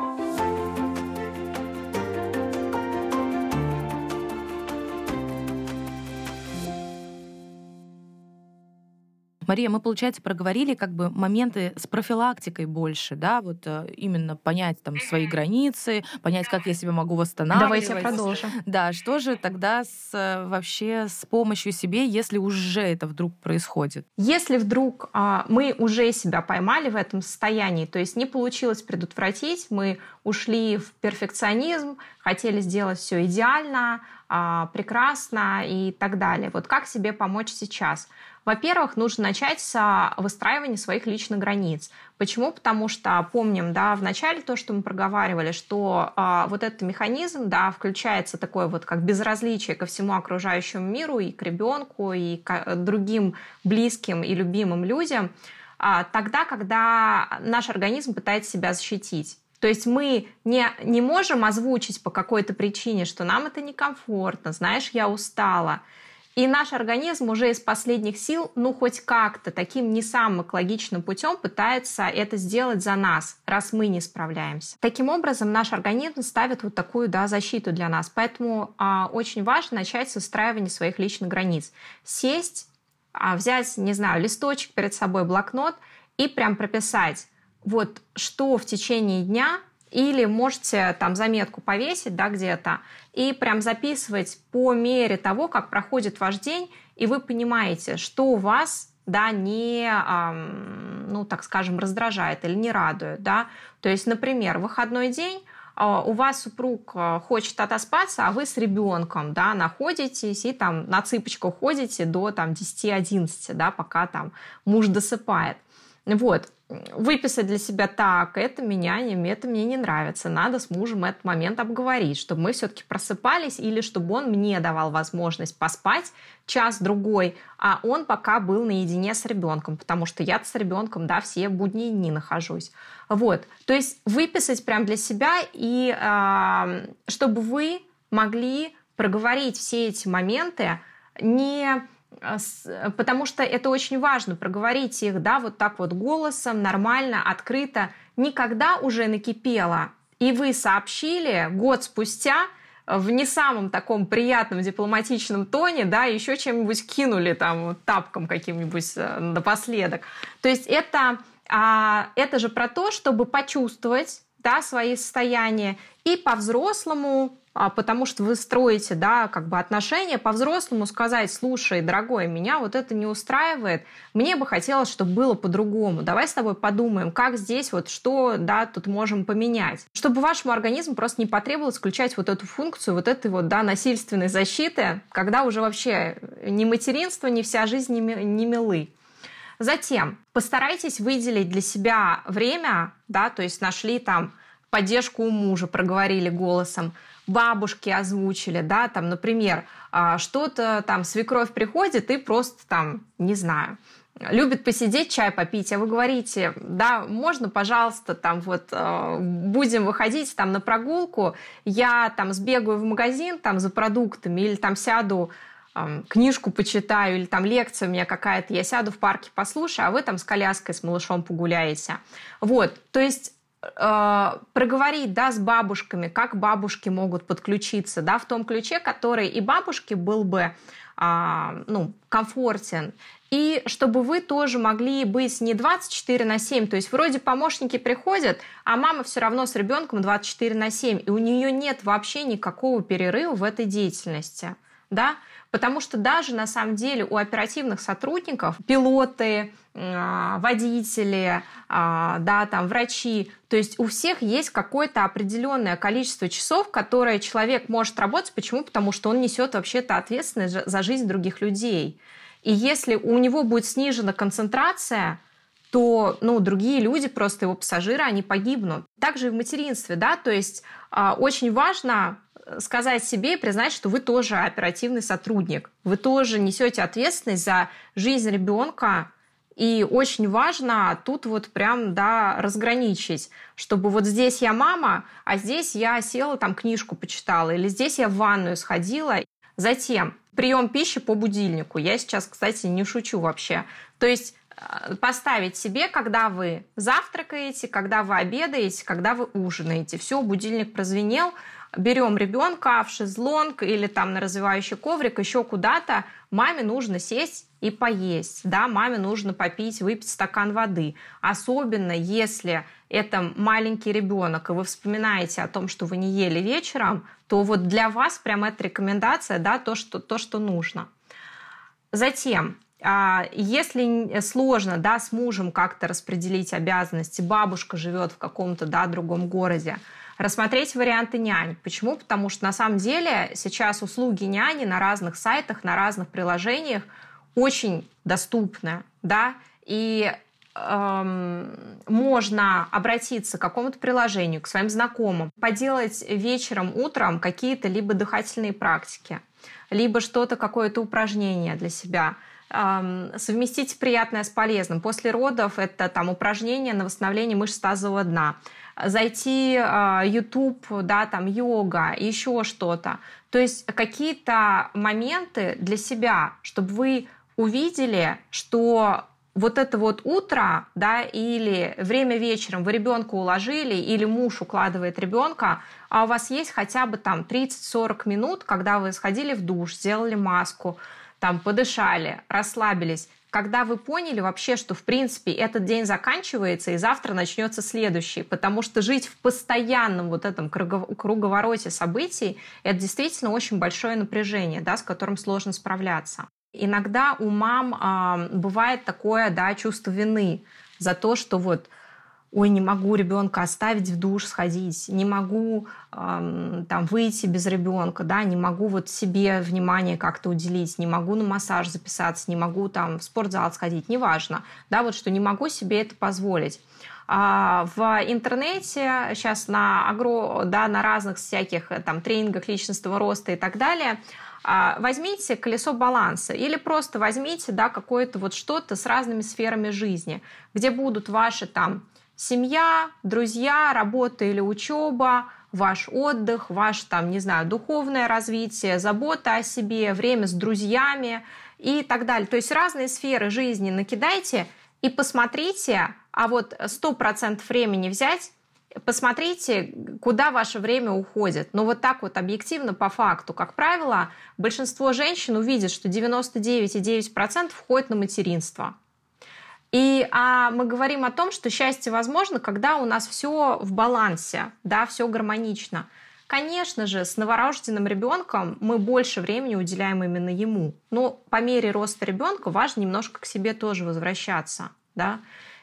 Мария, мы, получается, проговорили как бы моменты с профилактикой больше, да, вот именно понять там свои границы, понять, как я себя могу восстанавливать. Давайте продолжим. Да, что же тогда вообще с помощью себе, если уже это вдруг происходит? Если вдруг мы уже себя поймали в этом состоянии, то есть не получилось предотвратить, мы ушли в перфекционизм, хотели сделать все идеально, прекрасно и так далее. Вот как себе помочь сейчас? Во-первых, нужно начать с выстраивания своих личных границ. Почему? Потому что помним, да, в начале то, что мы проговаривали, что вот этот механизм, да, включается такое вот как безразличие ко всему окружающему миру, и к ребенку, и к другим близким и любимым людям, тогда, когда наш организм пытается себя защитить. То есть мы не можем озвучить по какой-то причине, что нам это некомфортно, знаешь, я устала. И наш организм уже из последних сил, ну, хоть как-то таким не самым экологичным путем пытается это сделать за нас, раз мы не справляемся. Таким образом, наш организм ставит вот такую, да, защиту для нас. Поэтому очень важно начать с выстраивания своих личных границ. Сесть, взять, не знаю, листочек перед собой, блокнот и прям прописать, вот что в течение дня. Или можете там заметку повесить, да, где-то и прям записывать по мере того, как проходит ваш день, и вы понимаете, что у вас, да, не, ну, так скажем, раздражает или не радует, да. То есть, например, в выходной день у вас супруг хочет отоспаться, а вы с ребенком, да, находитесь и там на цыпочках ходите до там 10-11, да, пока там муж досыпает. Вот. Выписать для себя так, это мне не нравится, надо с мужем этот момент обговорить, чтобы мы все-таки просыпались или чтобы он мне давал возможность поспать час-другой, а он пока был наедине с ребенком, потому что я с ребенком, да, все будние дни нахожусь. Вот. То есть выписать прям для себя, и чтобы вы могли проговорить все эти моменты, потому что это очень важно, проговорить их, да, вот так вот голосом, нормально, открыто, никогда уже накипело, и вы сообщили год спустя в не самом таком приятном дипломатичном тоне, да, еще чем-нибудь кинули там тапком каким-нибудь напоследок. То есть это же про то, чтобы почувствовать, да, свои состояния, и по-взрослому, потому что вы строите, да, как бы отношения, по-взрослому сказать: слушай, дорогой, меня вот это не устраивает, мне бы хотелось, чтобы было по-другому. Давай с тобой подумаем, как здесь вот что, да, тут можем поменять. Чтобы вашему организму просто не потребовалось включать вот эту функцию вот этой вот, да, насильственной защиты, когда уже вообще ни материнство, ни вся жизнь не милы. Затем постарайтесь выделить для себя время, да, то есть нашли там поддержку у мужа, проговорили голосом, бабушки озвучили, да, там, например, что-то там свекровь приходит и просто там, не знаю, любит посидеть, чай попить, а вы говорите: да, можно, пожалуйста, там вот будем выходить там на прогулку, я там сбегаю в магазин там за продуктами или там сяду, книжку почитаю, или там лекция у меня какая-то, я сяду в парке послушаю, а вы там с коляской, с малышом погуляете. Вот, то есть проговорить, да, с бабушками, как бабушки могут подключиться, да, в том ключе, который и бабушке был бы комфортен, и чтобы вы тоже могли быть не 24/7, то есть вроде помощники приходят, а мама все равно с ребенком 24/7, и у нее нет вообще никакого перерыва в этой деятельности, да, потому что даже на самом деле у оперативных сотрудников, пилоты, водители, да, там, врачи, то есть у всех есть какое-то определенное количество часов, которое человек может работать. Почему? Потому что он несет вообще-то ответственность за жизнь других людей. И если у него будет снижена концентрация, то другие люди, просто его пассажиры, они погибнут. Также и в материнстве, да, то есть очень важно сказать себе и признать, что вы тоже оперативный сотрудник, вы тоже несете ответственность за жизнь ребенка, и очень важно тут вот прям, да, разграничить, чтобы вот здесь я мама, а здесь я села, там книжку почитала, или здесь я в ванную сходила. Затем прием пищи по будильнику. Я сейчас, кстати, не шучу вообще. То есть поставить себе, когда вы завтракаете, когда вы обедаете, когда вы ужинаете. Все, будильник прозвенел, берем ребенка в шезлонг или там на развивающий коврик, еще куда-то. Маме нужно сесть и поесть, да, маме нужно попить, выпить стакан воды. Особенно если это маленький ребенок, и вы вспоминаете о том, что вы не ели вечером, то вот для вас прям эта рекомендация, да, то, что нужно. Затем, если сложно, да, с мужем как-то распределить обязанности, бабушка живет в каком-то, да, другом городе, рассмотреть варианты нянь. Почему? Потому что на самом деле сейчас услуги няни на разных сайтах, на разных приложениях очень доступны, да, и можно обратиться к какому-то приложению, к своим знакомым, поделать вечером, утром какие-то либо дыхательные практики, либо что-то, какое-то упражнение для себя, совместить приятное с полезным. После родов это там упражнения на восстановление мышц тазового дна, зайти YouTube, да, там йога, еще что-то. То есть какие-то моменты для себя, чтобы вы увидели, что вот это вот утро, да, или время вечером вы ребенка уложили, или муж укладывает ребенка, а у вас есть хотя бы там 30-40 минут, когда вы сходили в душ, сделали маску, там подышали, расслабились, когда вы поняли вообще, что в принципе этот день заканчивается и завтра начнется следующий, потому что жить в постоянном вот этом круговороте событий – это действительно очень большое напряжение, да, с которым сложно справляться. Иногда у мам бывает такое, да, чувство вины за то, что вот, ой, не могу ребенка оставить в душ сходить, не могу там выйти без ребенка, да, не могу вот себе внимание как-то уделить, не могу на массаж записаться, не могу там в спортзал сходить, неважно, да, вот что не могу себе это позволить. В интернете сейчас на разных всяких там тренингах личностного роста и так далее возьмите колесо баланса или просто возьмите, да, какое-то вот что-то с разными сферами жизни, где будут ваши там семья, друзья, работа или учеба, ваш отдых, ваше там, не знаю, духовное развитие, забота о себе, время с друзьями и так далее. То есть разные сферы жизни накидайте и посмотрите, а вот 100% времени взять, посмотрите, куда ваше время уходит. Но вот так вот объективно по факту, как правило, большинство женщин увидит, что 99,9% уходит на материнство. Мы говорим о том, что счастье возможно, когда у нас все в балансе, да, все гармонично. Конечно же, с новорожденным ребенком мы больше времени уделяем именно ему. Но по мере роста ребенка важно немножко к себе тоже возвращаться, да.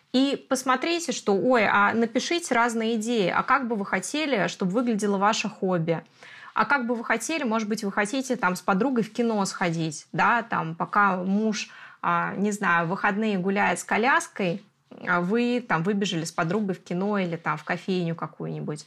И посмотрите, что, напишите разные идеи, а как бы вы хотели, чтобы выглядело ваше хобби? А как бы вы хотели, может быть, вы хотите там с подругой в кино сходить, да, там, пока муж, не знаю, в выходные гуляет с коляской, вы там выбежали с подругой в кино или там в кофейню какую-нибудь.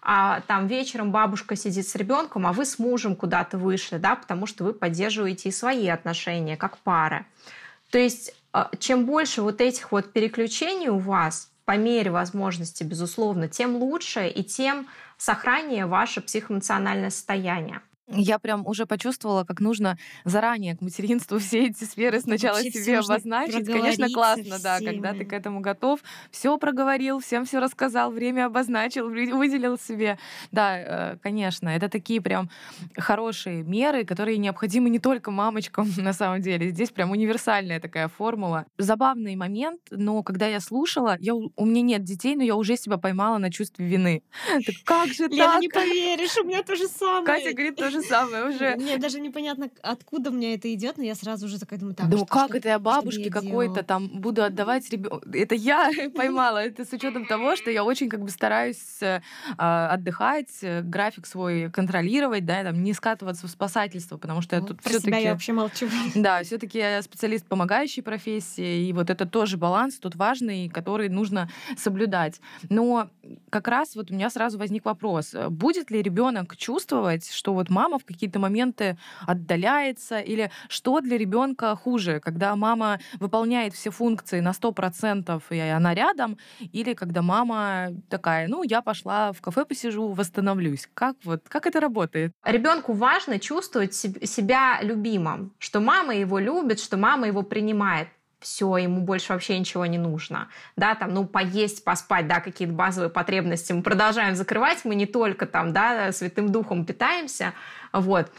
А там вечером бабушка сидит с ребенком, а вы с мужем куда-то вышли, да, потому что вы поддерживаете и свои отношения как пара. То есть чем больше вот этих вот переключений у вас, по мере возможности, безусловно, тем лучше и тем сохраннее ваше психоэмоциональное состояние. Я прям уже почувствовала, как нужно заранее к материнству все эти сферы сначала Вообще себе все нужно обозначить. Конечно, проговорить со классно, да, когда ты всеми. к этому готов, все проговорил, всем все рассказал, время обозначил, выделил себе. Да, конечно, это такие прям хорошие меры, которые необходимы не только мамочкам на самом деле. Здесь прям универсальная такая формула. Забавный момент, но когда я слушала, у меня нет детей, но я уже себя поймала на чувстве вины. Так как же Лена, так? не поверишь, у меня то же самое. Катя говорит то же самое уже. Мне даже непонятно, откуда мне это идет, но я сразу же такая думаю, так, Да что, как что, это я что бы бабушке я какой-то делала? там буду отдавать ребенку? Это я поймала. Это с учетом того, что я очень как бы стараюсь отдыхать, график свой контролировать, да, там не скатываться в спасательство, потому что я тут Про себя я все-таки, вообще молчу. да, все-таки я специалист помогающей профессии, и вот это тоже баланс тут важный, который нужно соблюдать. Но как раз вот у меня сразу возник вопрос: будет ли ребенок чувствовать, что вот мама в какие-то моменты отдаляется, или что для ребенка хуже, когда мама выполняет все функции на 100% и она рядом, или когда мама такая, ну, я пошла в кафе посижу, восстановлюсь. Как это работает? Ребенку важно чувствовать себя любимым, что мама его любит, что мама его принимает. Все, ему больше вообще ничего не нужно. Да, там, ну, поесть, поспать, да, какие-то базовые потребности мы продолжаем закрывать, мы не только там, да, Святым Духом питаемся, вот.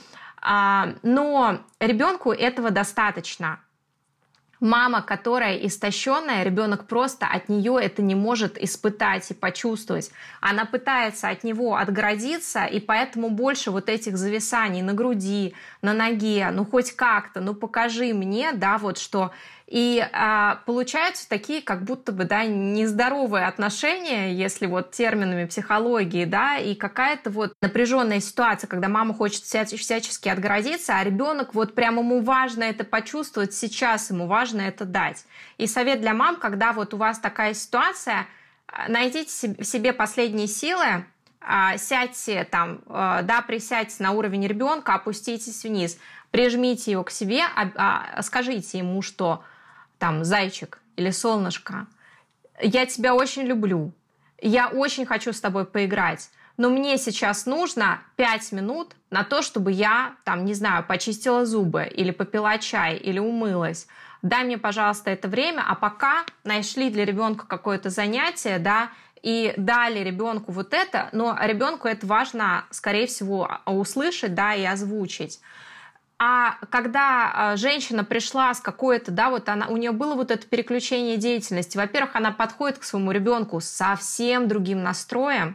Но ребенку этого достаточно. Мама, которая истощенная, ребенок просто от нее это не может испытать и почувствовать. Она пытается от него отгородиться, и поэтому больше вот этих зависаний на груди, на ноге, ну хоть как-то, ну покажи мне, да, вот что. И получаются такие, как будто бы, да, нездоровые отношения, если вот терминами психологии, да, и какая-то вот напряженная ситуация, когда мама хочет всячески отгородиться, а ребенок вот прям ему важно это почувствовать сейчас, ему важно это дать. И совет для мам, когда вот у вас такая ситуация, найдите в себе последние силы, сядьте там, да, присядьте на уровень ребенка, опуститесь вниз, прижмите его к себе, скажите ему, что там, зайчик или солнышко, я тебя очень люблю, я очень хочу с тобой поиграть, но мне сейчас нужно 5 минут на то, чтобы я, там, не знаю, почистила зубы или попила чай или умылась. Дай мне, пожалуйста, это время, а пока нашли для ребенка какое-то занятие, да, и дали ребенку вот это, но ребенку это важно, скорее всего, услышать, да, и озвучить. А когда женщина пришла с какой-то, да, вот у нее было вот это переключение деятельности, во-первых, она подходит к своему ребенку с совсем другим настроем,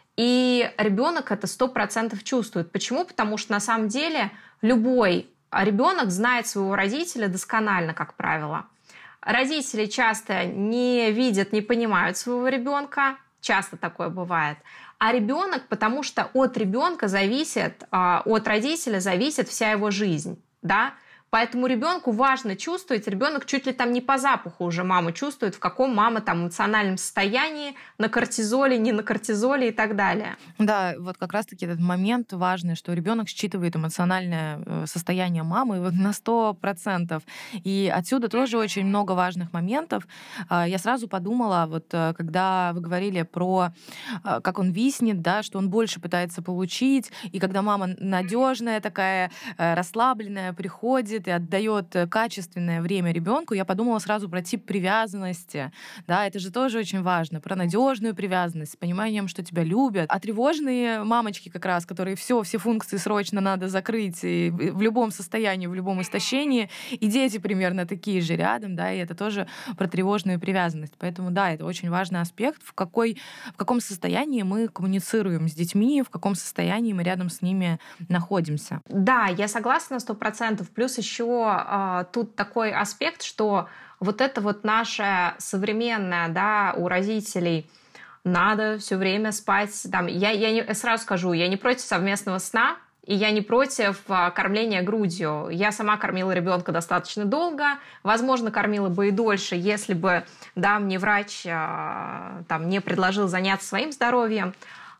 и ребенок это 100% чувствует. Почему? Потому что на самом деле любой ребенок знает своего родителя досконально, как правило. Родители часто не видят, не понимают своего ребенка, часто такое бывает. А ребенок, потому что от ребенка зависит, от родителя зависит вся его жизнь, да? Поэтому ребенку важно чувствовать, ребенок чуть ли там не по запаху уже маму чувствует, в каком мама там эмоциональном состоянии, на кортизоле, не на кортизоле и так далее. Да, вот как раз-таки этот момент важный, что ребенок считывает эмоциональное состояние мамы вот на 100%. И отсюда тоже очень много важных моментов. Я сразу подумала, вот когда вы говорили про как он виснет, да, что он больше пытается получить, и когда мама надежная такая, расслабленная, приходит, видит и отдает качественное время ребенку, я подумала сразу про тип привязанности. Да, это же тоже очень важно. Про надежную привязанность, с пониманием, что тебя любят. А тревожные мамочки как раз, которые все функции срочно надо закрыть и в любом состоянии, в любом истощении, и дети примерно такие же рядом, да, и это тоже про тревожную привязанность. Поэтому, да, это очень важный аспект, в каком состоянии мы коммуницируем с детьми, в каком состоянии мы рядом с ними находимся. Да, я согласна 100%. Плюс еще тут такой аспект, что вот это вот наше современное, да, у родителей надо все время спать. Там, сразу скажу, я не против совместного сна, и я не против кормления грудью. Я сама кормила ребенка достаточно долго. Возможно, кормила бы и дольше, если бы, да, мне врач там, не предложил заняться своим здоровьем.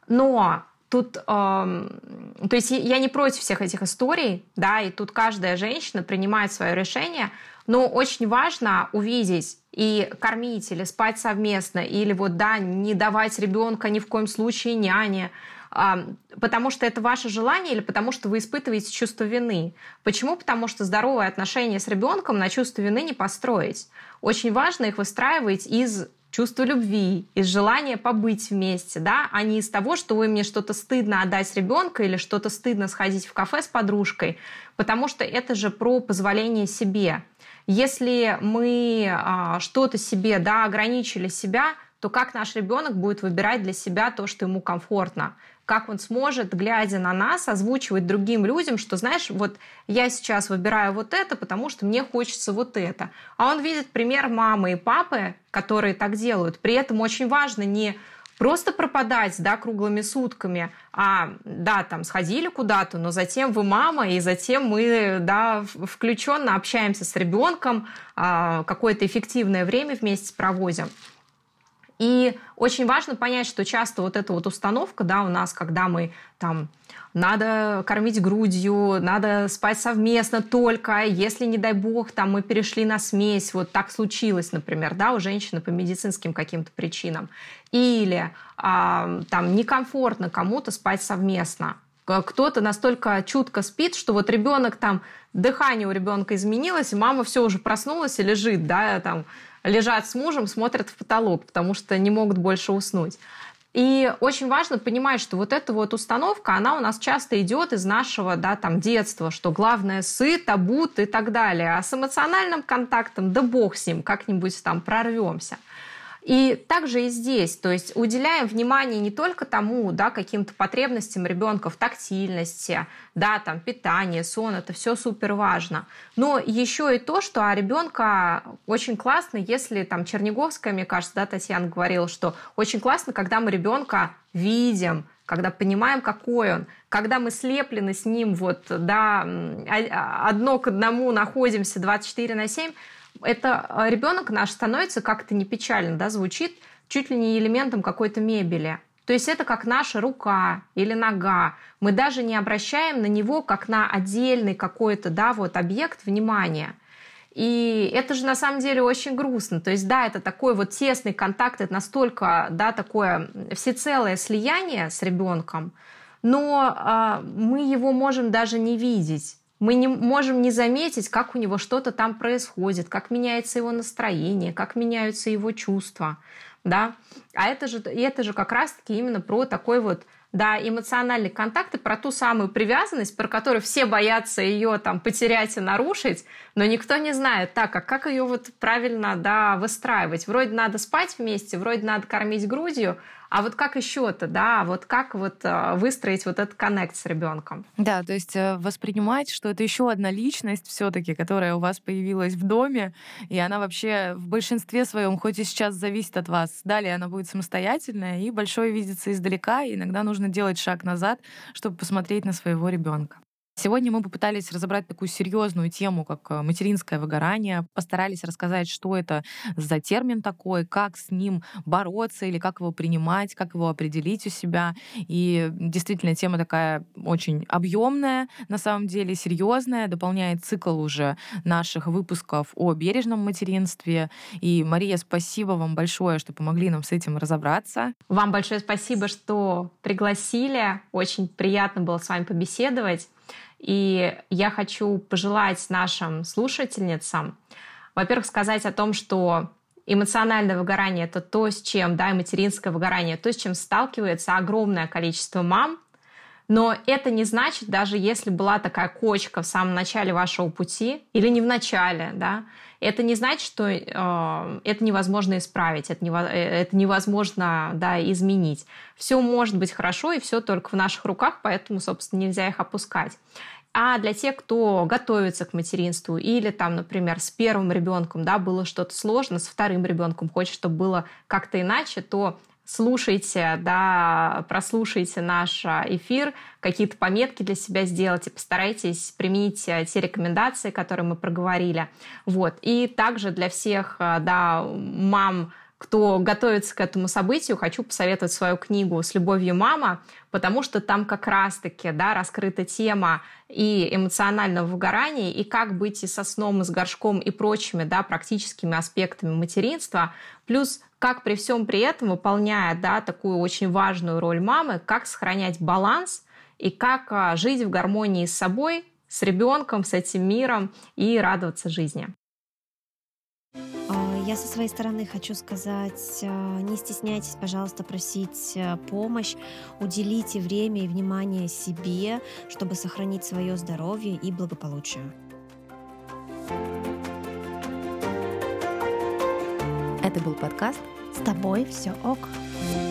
Но тут, то есть я не против всех этих историй, да, и тут каждая женщина принимает свое решение, но очень важно увидеть и кормить, или спать совместно, или вот, да, не давать ребенка ни в коем случае няне, потому что это ваше желание или потому что вы испытываете чувство вины. Почему? Потому что здоровые отношения с ребенком на чувство вины не построить. Очень важно их выстраивать из чувства любви, из желания побыть вместе, да, а не из того, что вы мне что-то стыдно отдать ребенка или что-то стыдно сходить в кафе с подружкой, потому что это же про позволение себе. Если мы что-то себе, да, ограничили себя, то как наш ребенок будет выбирать для себя то, что ему комфортно? Как он сможет, глядя на нас, озвучивать другим людям, что, знаешь, вот я сейчас выбираю вот это, потому что мне хочется вот это. А он видит пример мамы и папы, которые так делают. При этом очень важно не просто пропадать, да, круглыми сутками, а, да, там, сходили куда-то, но затем вы мама, и затем мы, да, включенно общаемся с ребенком, какое-то эффективное время вместе проводим. И очень важно понять, что часто вот эта вот установка, да, у нас, когда мы там надо кормить грудью, надо спать совместно только, если, не дай бог, там мы перешли на смесь, вот так случилось, например, да, у женщины по медицинским каким-то причинам, или там некомфортно кому-то спать совместно. Кто-то настолько чутко спит, что вот ребенок там, дыхание у ребенка изменилось, и мама все уже проснулась и лежит, да, там, лежат с мужем, смотрят в потолок, потому что не могут больше уснуть. И очень важно понимать, что вот эта вот установка, она у нас часто идет из нашего, да, там, детства, что главное сыт, обут и так далее. А с эмоциональным контактом, да бог с ним, как-нибудь там прорвемся. И также и здесь, то есть уделяем внимание не только тому, да, каким-то потребностям ребенка в тактильности, да, там, питание, сон, это все супер важно, но еще и то, что ребенка очень классно, если там Черниговская, мне кажется, да, Татьяна говорила, что очень классно, когда мы ребенка видим, когда понимаем, какой он, когда мы слеплены с ним, вот, да, одно к одному находимся 24/7, это ребенок наш становится как-то не печально, да, звучит чуть ли не элементом какой-то мебели. То есть это как наша рука или нога. Мы даже не обращаем на него как на отдельный какой-то, да, вот объект внимания. И это же на самом деле очень грустно. То есть, да, это такой вот тесный контакт, это настолько, да, такое всецелое слияние с ребенком, но мы его можем даже не видеть. Мы не можем не заметить, как у него что-то там происходит, как меняется его настроение, как меняются его чувства. Да? А это же как раз-таки именно про такой вот, да, эмоциональный контакт и про ту самую привязанность, про которую все боятся ее там потерять и нарушить, но никто не знает, так, а как ее вот правильно, да, выстраивать. Вроде надо спать вместе, вроде надо кормить грудью, а вот как еще-то, да, вот как вот выстроить вот этот коннект с ребенком? Да, то есть воспринимать, что это еще одна личность все-таки, которая у вас появилась в доме, и она вообще в большинстве своем, хоть и сейчас зависит от вас, далее она будет самостоятельная, и большое видится издалека, и иногда нужно делать шаг назад, чтобы посмотреть на своего ребенка. Сегодня мы попытались разобрать такую серьезную тему, как материнское выгорание, постарались рассказать, что это за термин такой, как с ним бороться или как его принимать, как его определить у себя. И действительно тема такая очень объемная, на самом деле серьезная, дополняет цикл уже наших выпусков о бережном материнстве. И, Мария, спасибо вам большое, что помогли нам с этим разобраться. Вам большое спасибо, что пригласили. Очень приятно было с вами побеседовать. И я хочу пожелать нашим слушательницам, во-первых, сказать о том, что эмоциональное выгорание – это то, с чем, да, и материнское выгорание, то, с чем сталкивается огромное количество мам. Но это не значит, даже если была такая кочка в самом начале вашего пути, или не в начале, да, это не значит, что это невозможно исправить, это невозможно, да, изменить. Все может быть хорошо, и все только в наших руках, поэтому, собственно, нельзя их опускать. А для тех, кто готовится к материнству или там, например, с первым ребенком, да, было что-то сложно, с вторым ребенком хочет, чтобы было как-то иначе, то слушайте, да, прослушайте наш эфир, какие-то пометки для себя сделайте, постарайтесь применить те рекомендации, которые мы проговорили. Вот. И также для всех, да, мам, кто готовится к этому событию, хочу посоветовать свою книгу «С любовью, мама», потому что там как раз-таки, да, раскрыта тема и эмоционального выгорания, и как быть и со сном, и с горшком, и прочими, да, практическими аспектами материнства, плюс как при всем при этом, выполняя, да, такую очень важную роль мамы, как сохранять баланс и как жить в гармонии с собой, с ребенком, с этим миром и радоваться жизни. Я со своей стороны хочу сказать, не стесняйтесь, пожалуйста, просить помощь, уделите время и внимание себе, чтобы сохранить свое здоровье и благополучие. Это был подкаст «С тобой все ок».